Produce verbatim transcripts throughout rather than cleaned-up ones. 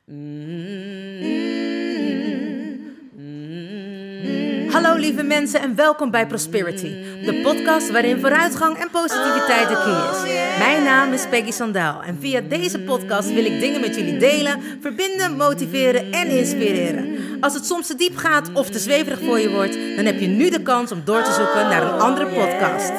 Hallo lieve mensen en welkom bij Prosperity, de podcast waarin vooruitgang en positiviteit de key is. Mijn naam is Peggy Sandaal en via deze podcast wil ik dingen met jullie delen, verbinden, motiveren en inspireren. Als het soms te diep gaat of te zweverig voor je wordt, dan heb je nu de kans om door te zoeken naar een andere podcast.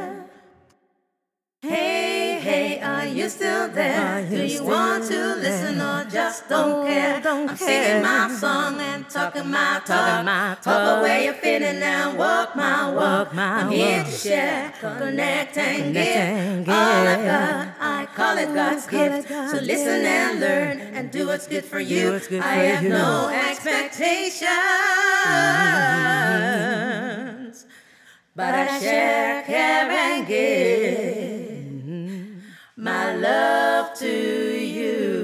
Hey, hey, are you still there? Do you want to listen or just don't care? I'm singing my song and talking my talk. Talk away you're feeling and walk my walk. I'm here to share, connect and give. All I got, I call it God's gift. So listen and learn and do what's good for you. I have no expectations, but I share, care and give my love to you.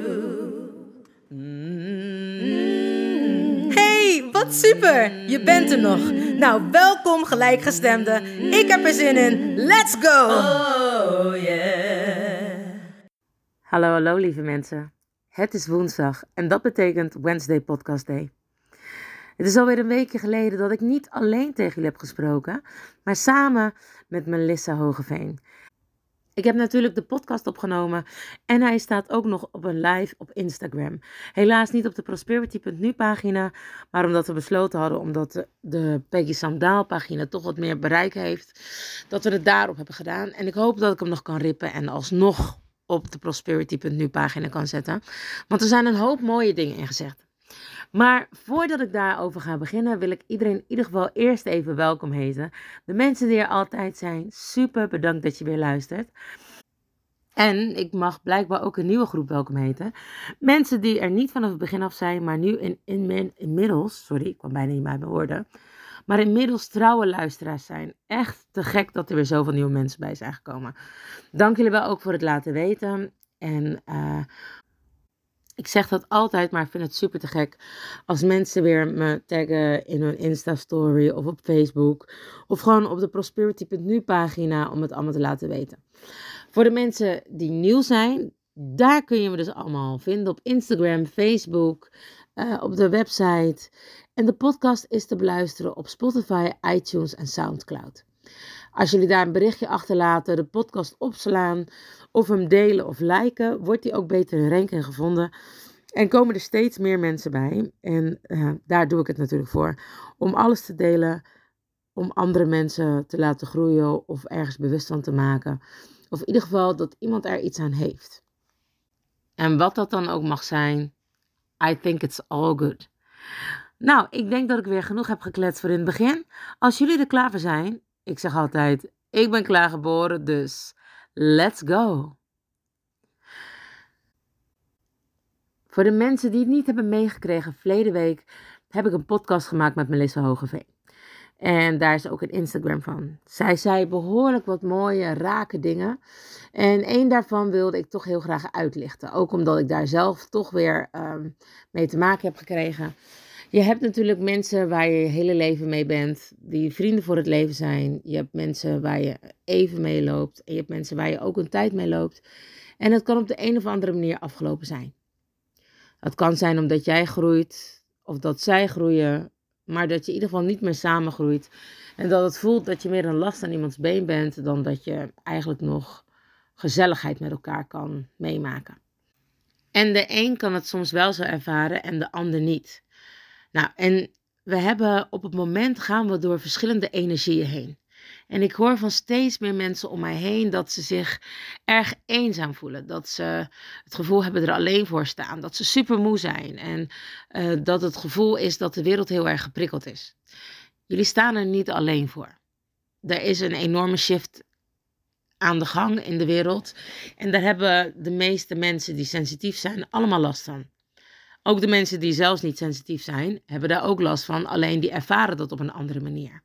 Hey, wat super! Je bent er nog. Nou, welkom gelijkgestemden. Ik heb er zin in. Let's go! Oh yeah. Hallo, hallo lieve mensen. Het is woensdag en dat betekent Wednesday Podcast Day. Het is alweer een weekje geleden dat ik niet alleen tegen jullie heb gesproken, maar samen met Melissa Hogeveen. Ik heb natuurlijk de podcast opgenomen en hij staat ook nog op een live op Instagram. Helaas niet op de prosperity punt nu pagina, maar omdat we besloten hadden, omdat de, de Peggy Sandaal pagina toch wat meer bereik heeft, dat we het daarop hebben gedaan. En ik hoop dat ik hem nog kan rippen en alsnog op de prosperity punt nu pagina kan zetten. Want er zijn een hoop mooie dingen in gezegd. Maar voordat ik daarover ga beginnen, wil ik iedereen in ieder geval eerst even welkom heten. De mensen die er altijd zijn, super bedankt dat je weer luistert. En ik mag blijkbaar ook een nieuwe groep welkom heten. Mensen die er niet vanaf het begin af zijn, maar nu in, in, inmiddels, sorry, ik kwam bijna niet bij mijn woorden, maar inmiddels trouwe luisteraars zijn. Echt te gek dat er weer zoveel nieuwe mensen bij zijn gekomen. Dank jullie wel ook voor het laten weten. En uh, ik zeg dat altijd, maar ik vind het super te gek als mensen weer me taggen in hun Insta-story of op Facebook. Of gewoon op de prosperity punt nu pagina om het allemaal te laten weten. Voor de mensen die nieuw zijn, daar kun je me dus allemaal vinden op Instagram, Facebook, uh, op de website. En de podcast is te beluisteren op Spotify, iTunes en Soundcloud. Als jullie daar een berichtje achterlaten, de podcast opslaan of hem delen of liken, wordt die ook beter in ranking gevonden. En komen er steeds meer mensen bij. En uh, daar doe ik het natuurlijk voor. Om alles te delen, om andere mensen te laten groeien of ergens bewust van te maken. Of in ieder geval dat iemand er iets aan heeft. En wat dat dan ook mag zijn, I think it's all good. Nou, ik denk dat ik weer genoeg heb gekletst voor in het begin. Als jullie er klaar voor zijn, ik zeg altijd, ik ben klaargeboren, dus let's go. Voor de mensen die het niet hebben meegekregen, verleden week heb ik een podcast gemaakt met Melissa Hogeveen. En daar is ook een Instagram van. Zij zei behoorlijk wat mooie, rake dingen. En één daarvan wilde ik toch heel graag uitlichten. Ook omdat ik daar zelf toch weer um, mee te maken heb gekregen. Je hebt natuurlijk mensen waar je je hele leven mee bent, die vrienden voor het leven zijn. Je hebt mensen waar je even mee loopt. En je hebt mensen waar je ook een tijd mee loopt. En het kan op de een of andere manier afgelopen zijn. Het kan zijn omdat jij groeit of dat zij groeien, maar dat je in ieder geval niet meer samen groeit. En dat het voelt dat je meer een last aan iemands been bent dan dat je eigenlijk nog gezelligheid met elkaar kan meemaken. En de een kan het soms wel zo ervaren en de ander niet. Nou, en we hebben op het moment gaan we door verschillende energieën heen. En ik hoor van steeds meer mensen om mij heen dat ze zich erg eenzaam voelen. Dat ze het gevoel hebben er alleen voor staan. Dat ze super moe zijn. En uh, dat het gevoel is dat de wereld heel erg geprikkeld is. Jullie staan er niet alleen voor. Er is een enorme shift aan de gang in de wereld. En daar hebben de meeste mensen die sensitief zijn allemaal last van. Ook de mensen die zelfs niet sensitief zijn, hebben daar ook last van. Alleen die ervaren dat op een andere manier.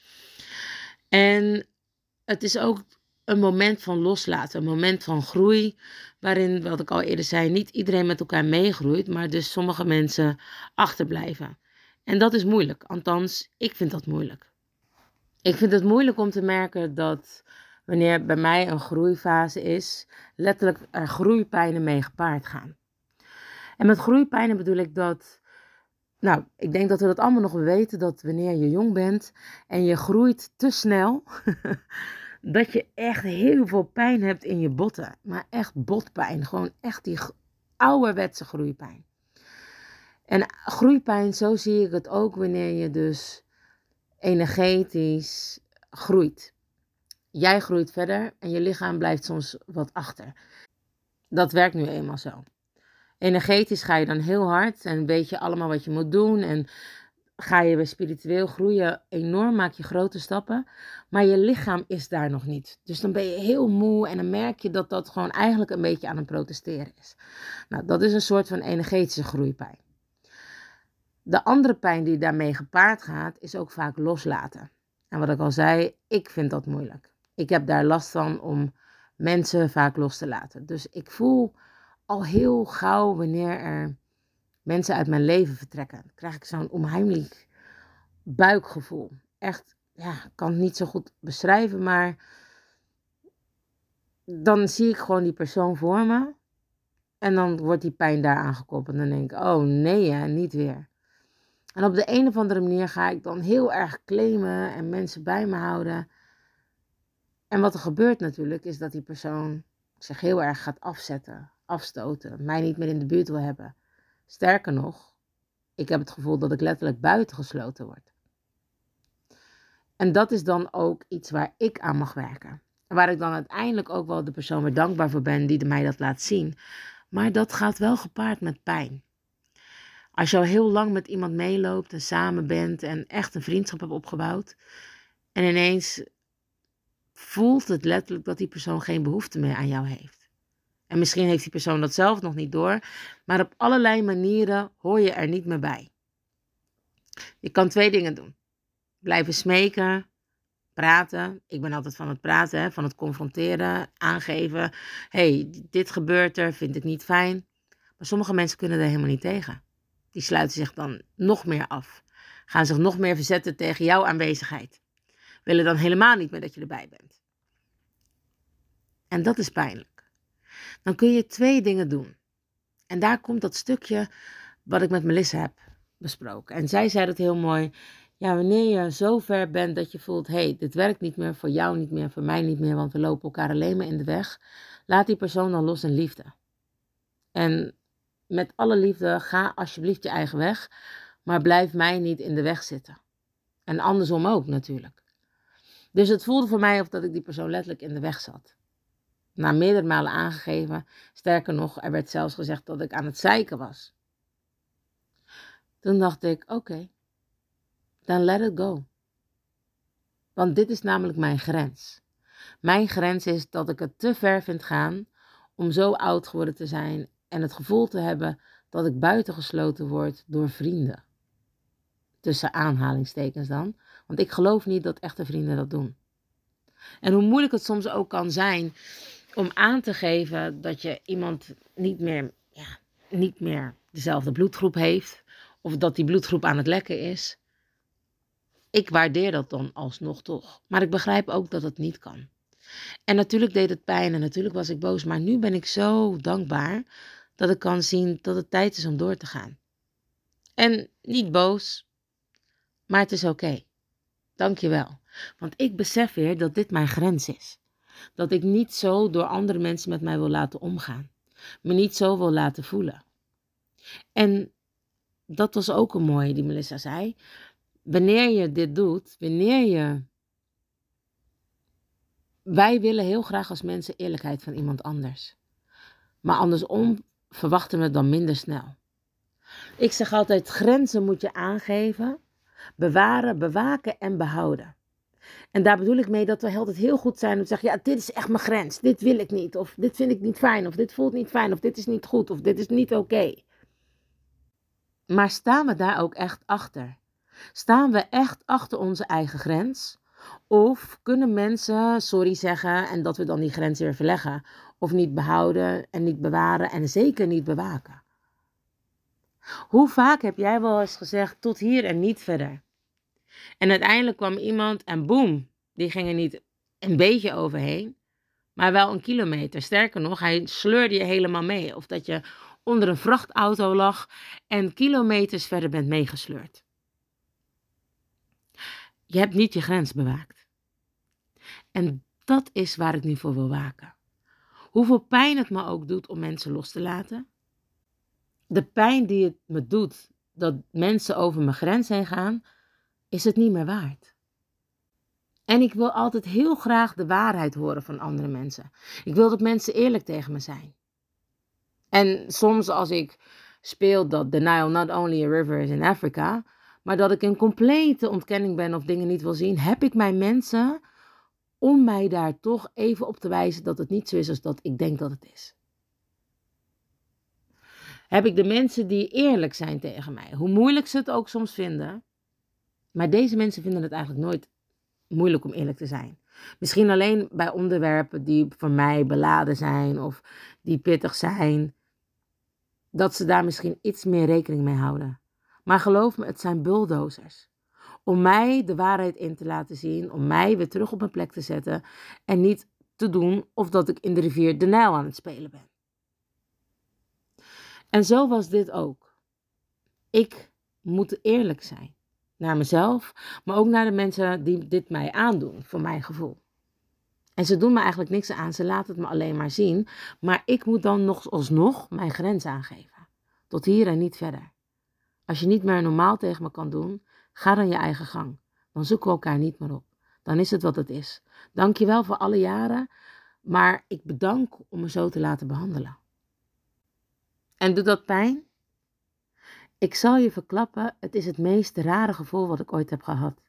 En het is ook een moment van loslaten, een moment van groei, waarin, wat ik al eerder zei, niet iedereen met elkaar meegroeit, maar dus sommige mensen achterblijven. En dat is moeilijk, althans, ik vind dat moeilijk. Ik vind het moeilijk om te merken dat wanneer bij mij een groeifase is, letterlijk er groeipijnen mee gepaard gaan. En met groeipijnen bedoel ik dat, nou, ik denk dat we dat allemaal nog weten, dat wanneer je jong bent en je groeit te snel, dat je echt heel veel pijn hebt in je botten. Maar echt botpijn, gewoon echt die ouderwetse groeipijn. En groeipijn, zo zie ik het ook wanneer je dus energetisch groeit. Jij groeit verder en je lichaam blijft soms wat achter. Dat werkt nu eenmaal zo. Energetisch ga je dan heel hard en weet je allemaal wat je moet doen. En ga je weer spiritueel groeien enorm, maak je grote stappen. Maar je lichaam is daar nog niet. Dus dan ben je heel moe en dan merk je dat dat gewoon eigenlijk een beetje aan het protesteren is. Nou, dat is een soort van energetische groeipijn. De andere pijn die daarmee gepaard gaat, is ook vaak loslaten. En wat ik al zei, ik vind dat moeilijk. Ik heb daar last van om mensen vaak los te laten. Dus ik voel al heel gauw wanneer er mensen uit mijn leven vertrekken. Dan krijg ik zo'n onheimelijk buikgevoel. Echt, ja, ik kan het niet zo goed beschrijven, maar dan zie ik gewoon die persoon voor me. En dan wordt die pijn daar aangekoppeld. En dan denk ik, oh nee, hè, niet weer. En op de een of andere manier ga ik dan heel erg claimen en mensen bij me houden. En wat er gebeurt natuurlijk is dat die persoon zich heel erg gaat afzetten, afstoten, mij niet meer in de buurt wil hebben. Sterker nog, ik heb het gevoel dat ik letterlijk buitengesloten word. En dat is dan ook iets waar ik aan mag werken. En waar ik dan uiteindelijk ook wel de persoon weer dankbaar voor ben die mij dat laat zien. Maar dat gaat wel gepaard met pijn. Als je al heel lang met iemand meeloopt en samen bent en echt een vriendschap hebt opgebouwd. En ineens voelt het letterlijk dat die persoon geen behoefte meer aan jou heeft. En misschien heeft die persoon dat zelf nog niet door. Maar op allerlei manieren hoor je er niet meer bij. Je kan twee dingen doen. Blijven smeken, praten. Ik ben altijd van het praten, hè, van het confronteren, aangeven. Hé, hey, dit gebeurt er, vind ik niet fijn. Maar sommige mensen kunnen er helemaal niet tegen. Die sluiten zich dan nog meer af. Gaan zich nog meer verzetten tegen jouw aanwezigheid. Willen dan helemaal niet meer dat je erbij bent. En dat is pijnlijk. Dan kun je twee dingen doen. En daar komt dat stukje wat ik met Melissa heb besproken. En zij zei dat heel mooi. Ja, wanneer je zo ver bent dat je voelt, hé, hey, dit werkt niet meer, voor jou niet meer, voor mij niet meer, want we lopen elkaar alleen maar in de weg. Laat die persoon dan los in liefde. En met alle liefde, ga alsjeblieft je eigen weg, maar blijf mij niet in de weg zitten. En andersom ook natuurlijk. Dus het voelde voor mij of dat ik die persoon letterlijk in de weg zat. Na meerdere malen aangegeven, sterker nog, er werd zelfs gezegd dat ik aan het zeiken was. Toen dacht ik, oké, okay, dan let it go. Want dit is namelijk mijn grens. Mijn grens is dat ik het te ver vind gaan om zo oud geworden te zijn en het gevoel te hebben dat ik buitengesloten word door vrienden. Tussen aanhalingstekens dan. Want ik geloof niet dat echte vrienden dat doen. En hoe moeilijk het soms ook kan zijn om aan te geven dat je iemand niet meer, ja, niet meer dezelfde bloedgroep heeft. Of dat die bloedgroep aan het lekken is. Ik waardeer dat dan alsnog toch. Maar ik begrijp ook dat het niet kan. En natuurlijk deed het pijn en natuurlijk was ik boos. Maar nu ben ik zo dankbaar dat ik kan zien dat het tijd is om door te gaan. En niet boos, maar het is oké. Okay. Dank je wel. Want ik besef weer dat dit mijn grens is. Dat ik niet zo door andere mensen met mij wil laten omgaan. Me niet zo wil laten voelen. En dat was ook een mooie die Melissa zei. Wanneer je dit doet, wanneer je... Wij willen heel graag als mensen eerlijkheid van iemand anders. Maar andersom verwachten we het dan minder snel. Ik zeg altijd, grenzen moet je aangeven, bewaren, bewaken en behouden. En daar bedoel ik mee dat we altijd heel goed zijn om te zeggen, ja, dit is echt mijn grens, dit wil ik niet, of dit vind ik niet fijn, of dit voelt niet fijn, of dit is niet goed, of dit is niet oké. Okay. Maar staan we daar ook echt achter? Staan we echt achter onze eigen grens? Of kunnen mensen sorry zeggen en dat we dan die grens weer verleggen? Of niet behouden en niet bewaren en zeker niet bewaken? Hoe vaak heb jij wel eens gezegd tot hier en niet verder? En uiteindelijk kwam iemand en boem, die ging er niet een beetje overheen, maar wel een kilometer. Sterker nog, hij sleurde je helemaal mee. Of dat je onder een vrachtauto lag en kilometers verder bent meegesleurd. Je hebt niet je grens bewaakt. En dat is waar ik nu voor wil waken. Hoeveel pijn het me ook doet om mensen los te laten. De pijn die het me doet dat mensen over mijn grens heen gaan, is het niet meer waard. En ik wil altijd heel graag de waarheid horen van andere mensen. Ik wil dat mensen eerlijk tegen me zijn. En soms als ik speel dat the Nile not only a river is in Africa, maar dat ik in complete ontkenning ben of dingen niet wil zien, heb ik mijn mensen om mij daar toch even op te wijzen dat het niet zo is als dat ik denk dat het is. Heb ik de mensen die eerlijk zijn tegen mij, hoe moeilijk ze het ook soms vinden, maar deze mensen vinden het eigenlijk nooit moeilijk om eerlijk te zijn. Misschien alleen bij onderwerpen die voor mij beladen zijn of die pittig zijn, dat ze daar misschien iets meer rekening mee houden. Maar geloof me, het zijn bulldozers. Om mij de waarheid in te laten zien, om mij weer terug op mijn plek te zetten en niet te doen of dat ik in de rivier de Nijl aan het spelen ben. En zo was dit ook. Ik moet eerlijk zijn. Naar mezelf, maar ook naar de mensen die dit mij aandoen, voor mijn gevoel. En ze doen me eigenlijk niks aan, ze laten het me alleen maar zien. Maar ik moet dan nog alsnog mijn grens aangeven. Tot hier en niet verder. Als je niet meer normaal tegen me kan doen, ga dan je eigen gang. Dan zoeken we elkaar niet meer op. Dan is het wat het is. Dank je wel voor alle jaren, maar ik bedank om me zo te laten behandelen. En doet dat pijn? Ik zal je verklappen, het is het meest rare gevoel wat ik ooit heb gehad.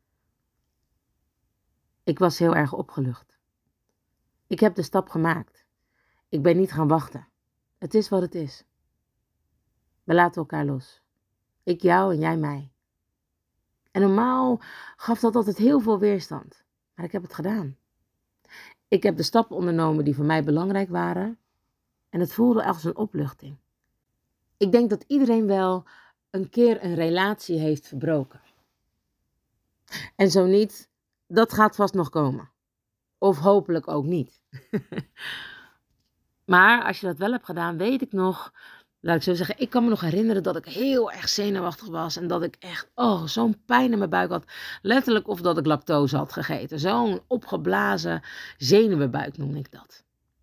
Ik was heel erg opgelucht. Ik heb de stap gemaakt. Ik ben niet gaan wachten. Het is wat het is. We laten elkaar los. Ik jou en jij mij. En normaal gaf dat altijd heel veel weerstand. Maar ik heb het gedaan. Ik heb de stappen ondernomen die voor mij belangrijk waren. En het voelde als een opluchting. Ik denk dat iedereen wel een keer een relatie heeft verbroken. En zo niet, dat gaat vast nog komen. Of hopelijk ook niet. Maar als je dat wel hebt gedaan, weet ik nog, laat ik zo zeggen, ik kan me nog herinneren dat ik heel erg zenuwachtig was. En dat ik echt, oh, zo'n pijn in mijn buik had. Letterlijk of dat ik lactose had gegeten. Zo'n opgeblazen zenuwenbuik noem ik dat.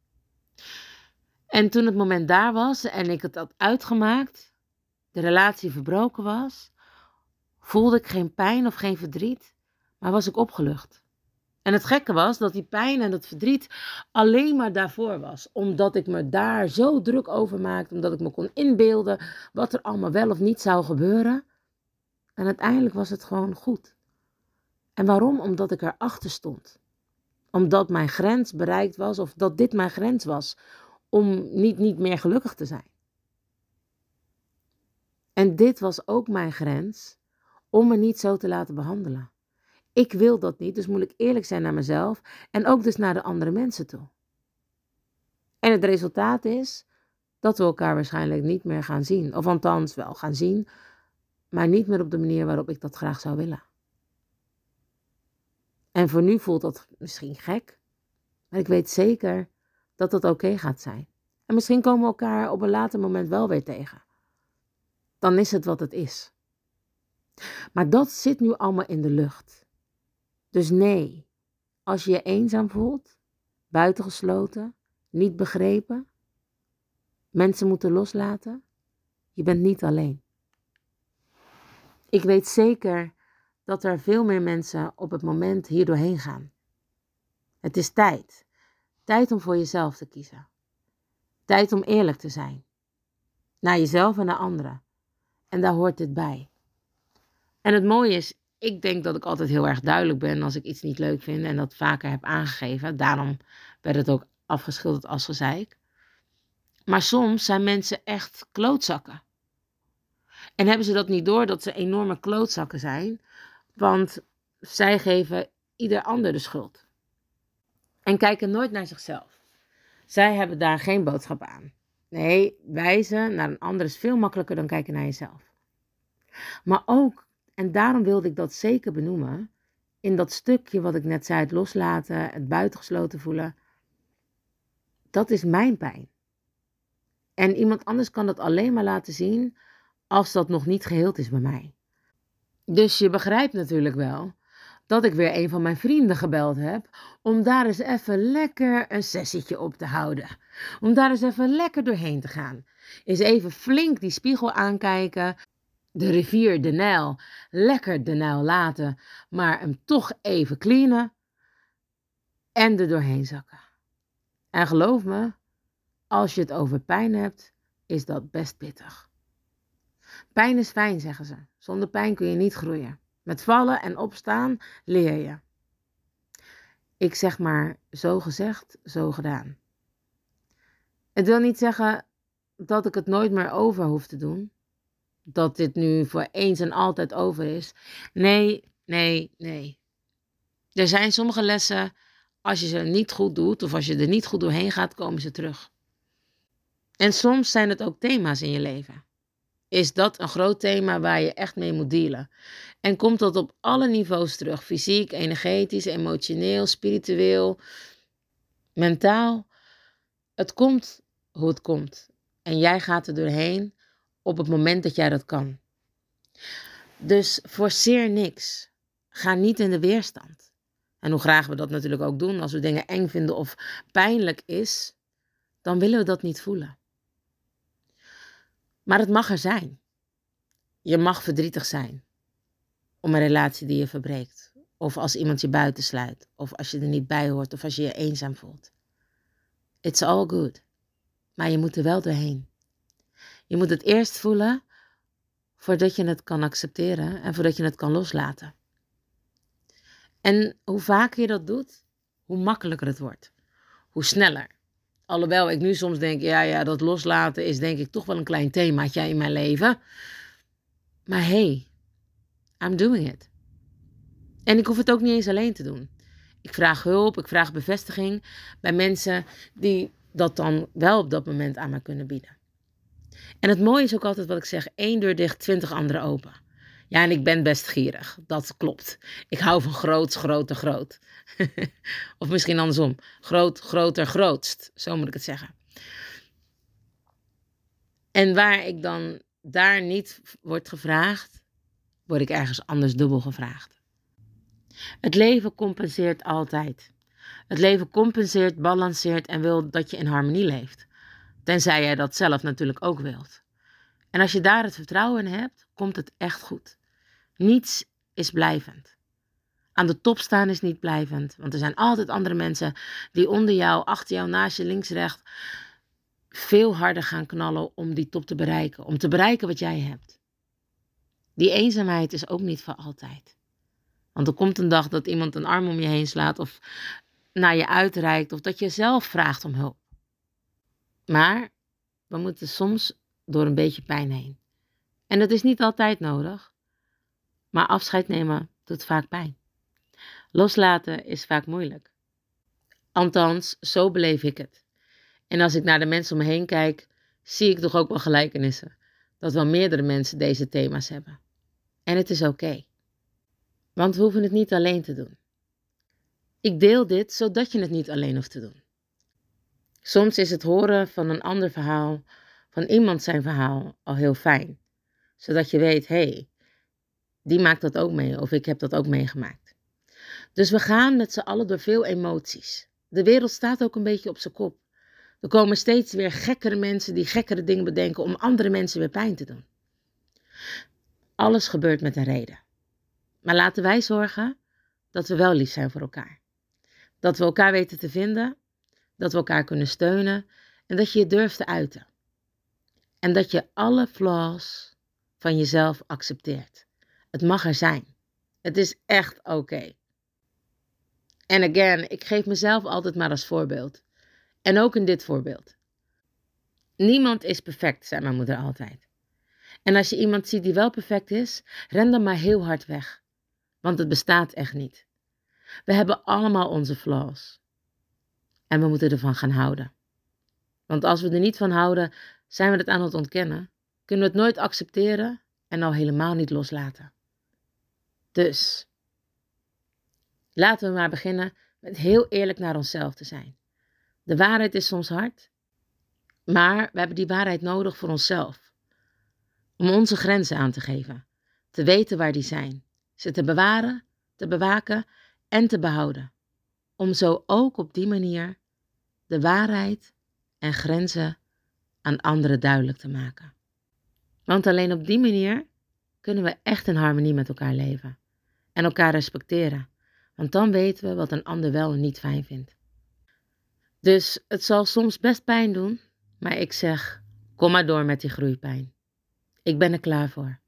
En toen het moment daar was en ik het had uitgemaakt, de relatie verbroken was, voelde ik geen pijn of geen verdriet, maar was ik opgelucht. En het gekke was dat die pijn en dat verdriet alleen maar daarvoor was. Omdat ik me daar zo druk over maakte, omdat ik me kon inbeelden wat er allemaal wel of niet zou gebeuren. En uiteindelijk was het gewoon goed. En waarom? Omdat ik erachter stond. Omdat mijn grens bereikt was, of dat dit mijn grens was, om niet, niet meer gelukkig te zijn. En dit was ook mijn grens om me niet zo te laten behandelen. Ik wil dat niet, dus moet ik eerlijk zijn naar mezelf en ook dus naar de andere mensen toe. En het resultaat is dat we elkaar waarschijnlijk niet meer gaan zien. Of althans wel gaan zien, maar niet meer op de manier waarop ik dat graag zou willen. En voor nu voelt dat misschien gek, maar ik weet zeker dat dat oké gaat zijn. En misschien komen we elkaar op een later moment wel weer tegen. Dan is het wat het is. Maar dat zit nu allemaal in de lucht. Dus nee, als je je eenzaam voelt, buitengesloten, niet begrepen, mensen moeten loslaten, je bent niet alleen. Ik weet zeker dat er veel meer mensen op het moment hier doorheen gaan. Het is tijd. Tijd om voor jezelf te kiezen. Tijd om eerlijk te zijn. Naar jezelf en naar anderen. En daar hoort dit bij. En het mooie is, ik denk dat ik altijd heel erg duidelijk ben als ik iets niet leuk vind en dat vaker heb aangegeven. Daarom werd het ook afgeschilderd als gezeik. Maar soms zijn mensen echt klootzakken. En hebben ze dat niet door dat ze enorme klootzakken zijn, want zij geven ieder ander de schuld. En kijken nooit naar zichzelf. Zij hebben daar geen boodschap aan. Nee, wijzen naar een ander is veel makkelijker dan kijken naar jezelf. Maar ook, en daarom wilde ik dat zeker benoemen, in dat stukje wat ik net zei, het loslaten, het buitengesloten voelen, dat is mijn pijn. En iemand anders kan dat alleen maar laten zien als dat nog niet geheeld is bij mij. Dus je begrijpt natuurlijk wel dat ik weer een van mijn vrienden gebeld heb om daar eens even lekker een sessietje op te houden. Om daar eens even lekker doorheen te gaan. Eens even flink die spiegel aankijken, de rivier, de Nijl, lekker de Nijl laten, maar hem toch even cleanen en er doorheen zakken. En geloof me, als je het over pijn hebt, is dat best pittig. Pijn is fijn, zeggen ze. Zonder pijn kun je niet groeien. Met vallen en opstaan leer je. Ik zeg maar, zo gezegd, zo gedaan. Het wil niet zeggen dat ik het nooit meer over hoef te doen. Dat dit nu voor eens en altijd over is. Nee, nee, nee. Er zijn sommige lessen, als je ze niet goed doet of als je er niet goed doorheen gaat, komen ze terug. En soms zijn het ook thema's in je leven. Is dat een groot thema waar je echt mee moet dealen? En komt dat op alle niveaus terug? Fysiek, energetisch, emotioneel, spiritueel, mentaal. Het komt hoe het komt. En jij gaat er doorheen op het moment dat jij dat kan. Dus forceer niks. Ga niet in de weerstand. En hoe graag we dat natuurlijk ook doen, als we dingen eng vinden of pijnlijk is, dan willen we dat niet voelen. Maar het mag er zijn. Je mag verdrietig zijn om een relatie die je verbreekt. Of als iemand je buitensluit. Of als je er niet bij hoort. Of als je je eenzaam voelt. It's all good. Maar je moet er wel doorheen. Je moet het eerst voelen voordat je het kan accepteren en voordat je het kan loslaten. En hoe vaker je dat doet, hoe makkelijker het wordt. Hoe sneller. Alhoewel ik nu soms denk, ja, ja, dat loslaten is denk ik toch wel een klein themaatje in mijn leven. Maar hey, I'm doing it. En ik hoef het ook niet eens alleen te doen. Ik vraag hulp, ik vraag bevestiging bij mensen die dat dan wel op dat moment aan me kunnen bieden. En het mooie is ook altijd wat ik zeg, één deur dicht, twintig andere open. Ja, en ik ben best gierig, dat klopt. Ik hou van groots, groter, groot. Of misschien andersom, groot, groter, grootst. Zo moet ik het zeggen. En waar ik dan daar niet wordt gevraagd, word ik ergens anders dubbel gevraagd. Het leven compenseert altijd. Het leven compenseert, balanceert en wil dat je in harmonie leeft. Tenzij jij dat zelf natuurlijk ook wilt. En als je daar het vertrouwen in hebt, komt het echt goed. Niets is blijvend. Aan de top staan is niet blijvend. Want er zijn altijd andere mensen die onder jou, achter jou, naast je, links, rechts veel harder gaan knallen om die top te bereiken. Om te bereiken wat jij hebt. Die eenzaamheid is ook niet voor altijd. Want er komt een dag dat iemand een arm om je heen slaat of naar je uitreikt of dat je zelf vraagt om hulp. Maar we moeten soms door een beetje pijn heen. En dat is niet altijd nodig. Maar afscheid nemen doet vaak pijn. Loslaten is vaak moeilijk. Althans, zo beleef ik het. En als ik naar de mensen om me heen kijk, zie ik toch ook wel gelijkenissen. Dat wel meerdere mensen deze thema's hebben. En het is oké. Okay. Want we hoeven het niet alleen te doen. Ik deel dit zodat je het niet alleen hoeft te doen. Soms is het horen van een ander verhaal, van iemand zijn verhaal, al heel fijn. Zodat je weet, hé, hey, die maakt dat ook mee of ik heb dat ook meegemaakt. Dus we gaan met z'n allen door veel emoties. De wereld staat ook een beetje op zijn kop. Er komen steeds weer gekkere mensen die gekkere dingen bedenken om andere mensen weer pijn te doen. Alles gebeurt met een reden. Maar laten wij zorgen dat we wel lief zijn voor elkaar. Dat we elkaar weten te vinden, dat we elkaar kunnen steunen en dat je je durft te uiten. En dat je alle flaws van jezelf accepteert. Het mag er zijn. Het is echt oké. Okay. En again, ik geef mezelf altijd maar als voorbeeld. En ook in dit voorbeeld. Niemand is perfect, zei mijn moeder altijd. En als je iemand ziet die wel perfect is, ren dan maar heel hard weg. Want het bestaat echt niet. We hebben allemaal onze flaws. En we moeten ervan gaan houden. Want als we er niet van houden, zijn we het aan het ontkennen. Kunnen we het nooit accepteren en al helemaal niet loslaten. Dus, laten we maar beginnen met heel eerlijk naar onszelf te zijn. De waarheid is soms hard. Maar we hebben die waarheid nodig voor onszelf. Om onze grenzen aan te geven. Te weten waar die zijn. Ze te bewaren, te bewaken en te behouden. Om zo ook op die manier de waarheid en grenzen aan anderen duidelijk te maken. Want alleen op die manier kunnen we echt in harmonie met elkaar leven. En elkaar respecteren. Want dan weten we wat een ander wel en niet fijn vindt. Dus het zal soms best pijn doen. Maar ik zeg, kom maar door met die groeipijn. Ik ben er klaar voor.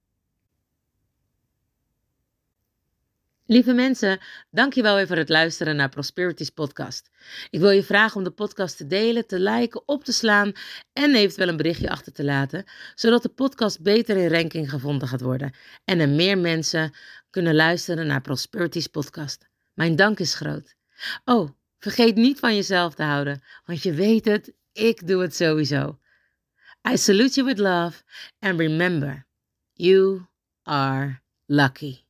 Lieve mensen, dankjewel weer voor het luisteren naar Prosperities podcast. Ik wil je vragen om de podcast te delen, te liken, op te slaan en eventueel een berichtje achter te laten, zodat de podcast beter in ranking gevonden gaat worden en er meer mensen kunnen luisteren naar Prosperities podcast. Mijn dank is groot. Oh, vergeet niet van jezelf te houden, want je weet het, ik doe het sowieso. I salute you with love and remember, you are lucky.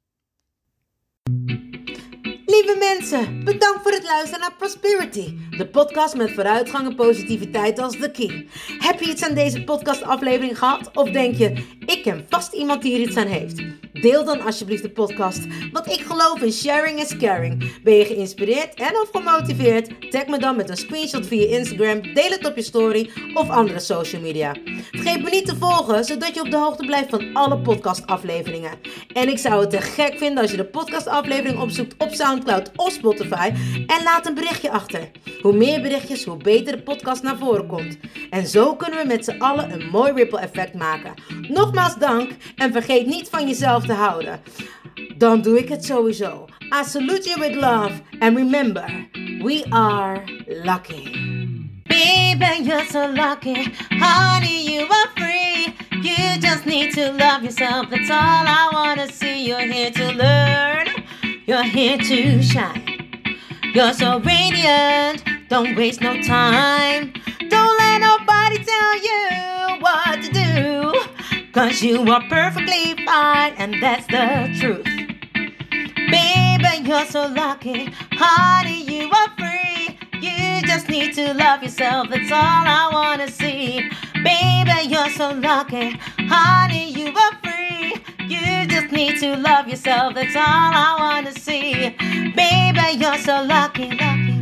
Lieve mensen, bedankt voor het luisteren naar Prosperity, de podcast met vooruitgang en positiviteit als the key. Heb je iets aan deze podcastaflevering gehad? Of denk je, ik ken vast iemand die er iets aan heeft? Deel dan alsjeblieft de podcast, want ik geloof in sharing is caring. Ben je geïnspireerd en of gemotiveerd? Tag me dan met een screenshot via Instagram, deel het op je story of andere social media. Vergeet me niet te volgen, zodat je op de hoogte blijft van alle podcastafleveringen. En ik zou het te gek vinden als je de podcastaflevering opzoekt op Soundcloud of Spotify en laat een berichtje achter. Hoe meer berichtjes, hoe beter de podcast naar voren komt. En zo kunnen we met z'n allen een mooi ripple effect maken. Nogmaals dank en vergeet niet van jezelf te houden. Dan doe ik het sowieso. I salute you with love and remember, we are lucky. Baby, you're so lucky. Honey, you are free. You just need to love yourself. That's all I wanna see. You're here to learn. You're here to shine. You're so radiant. Don't waste no time. Don't let nobody tell you what to do. Cause you are perfectly fine. And that's the truth. Baby, you're so lucky. Honey, you are free. You just need to love yourself. That's all I wanna see. Baby, you're so lucky. Honey, you are free. You just need to love yourself. That's all I wanna see. Baby, you're so lucky, lucky.